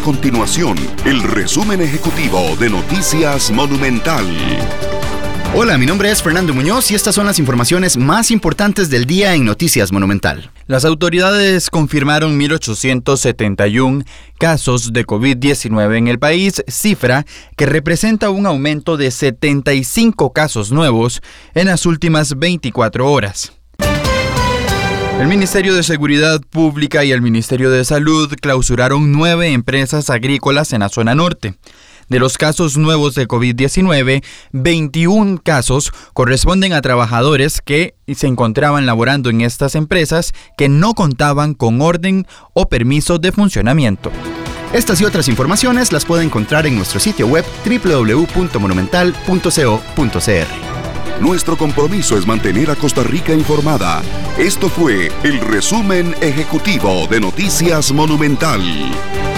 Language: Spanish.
continuación el resumen ejecutivo de Noticias Monumental. Hola, mi nombre es Fernando Muñoz y estas son las informaciones más importantes del día en Noticias Monumental. Las autoridades confirmaron 1.871 casos de COVID-19 en el país, cifra que representa un aumento de 75 casos nuevos en las últimas 24 horas. El Ministerio de Seguridad Pública y el Ministerio de Salud clausuraron 9 empresas agrícolas en la zona norte. De los casos nuevos de COVID-19, 21 casos corresponden a trabajadores que se encontraban laborando en estas empresas que no contaban con orden o permiso de funcionamiento. Estas y otras informaciones las puede encontrar en nuestro sitio web www.monumental.co.cr. Nuestro compromiso es mantener a Costa Rica informada. Esto fue el resumen ejecutivo de Noticias Monumental.